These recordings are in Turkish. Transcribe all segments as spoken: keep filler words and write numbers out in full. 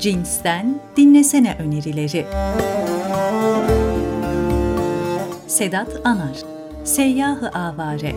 Cinsten dinlesene önerileri. Sedat Anar, Seyyah-ı Avare.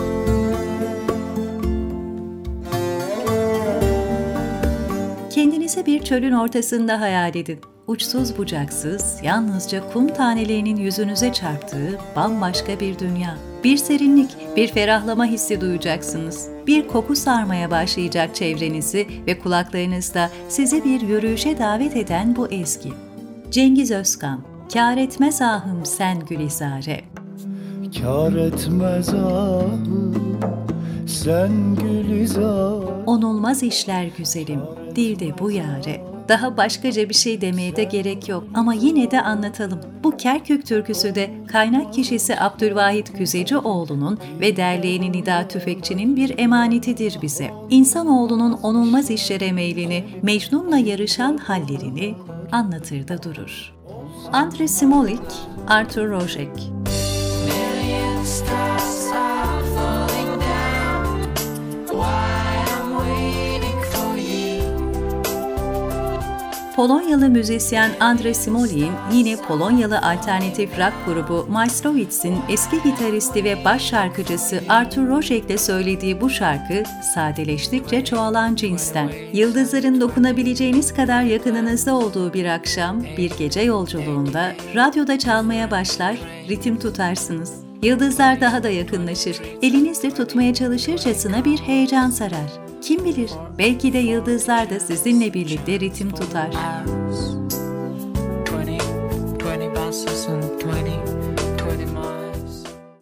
Kendinizi bir çölün ortasında hayal edin. Uçsuz bucaksız, yalnızca kum tanelerinin yüzünüze çarptığı bambaşka bir dünya. Bir serinlik, bir ferahlama hissi duyacaksınız. Bir koku sarmaya başlayacak çevrenizi ve kulaklarınızda sizi bir yürüyüşe davet eden bu ezgi. Cengiz Özkan, Kâr etmez ahım sen gülizare. Kâr etmez ahım sen gülizare. Onulmaz işler güzelim, dilde bu yâre. Daha başkaca bir şey demeye de gerek yok ama yine de anlatalım. Bu Kerkük türküsü de kaynak kişisi Abdülvahit Küzecioğlu'nun ve derleyeni Nida Tüfekçi'nin bir emanetidir bize. İnsanoğlunun onulmaz işlere meylini, Mecnun'la yarışan hallerini anlatır da durur. André Smolik, Arthur Rožek. Polonyalı müzisyen André Smolik'in yine Polonyalı alternatif rock grubu Majstrowicz'in eski gitaristi ve baş şarkıcısı Arthur Rožek'le söylediği bu şarkı sadeleştikçe çoğalan cinsten. Yıldızların dokunabileceğiniz kadar yakınınızda olduğu bir akşam, bir gece yolculuğunda radyoda çalmaya başlar, ritim tutarsınız. Yıldızlar daha da yakınlaşır, elinizle tutmaya çalışırcasına bir heyecan sarar. Kim bilir, belki de yıldızlar da sizinle birlikte ritim tutar. twenty, twenty buses and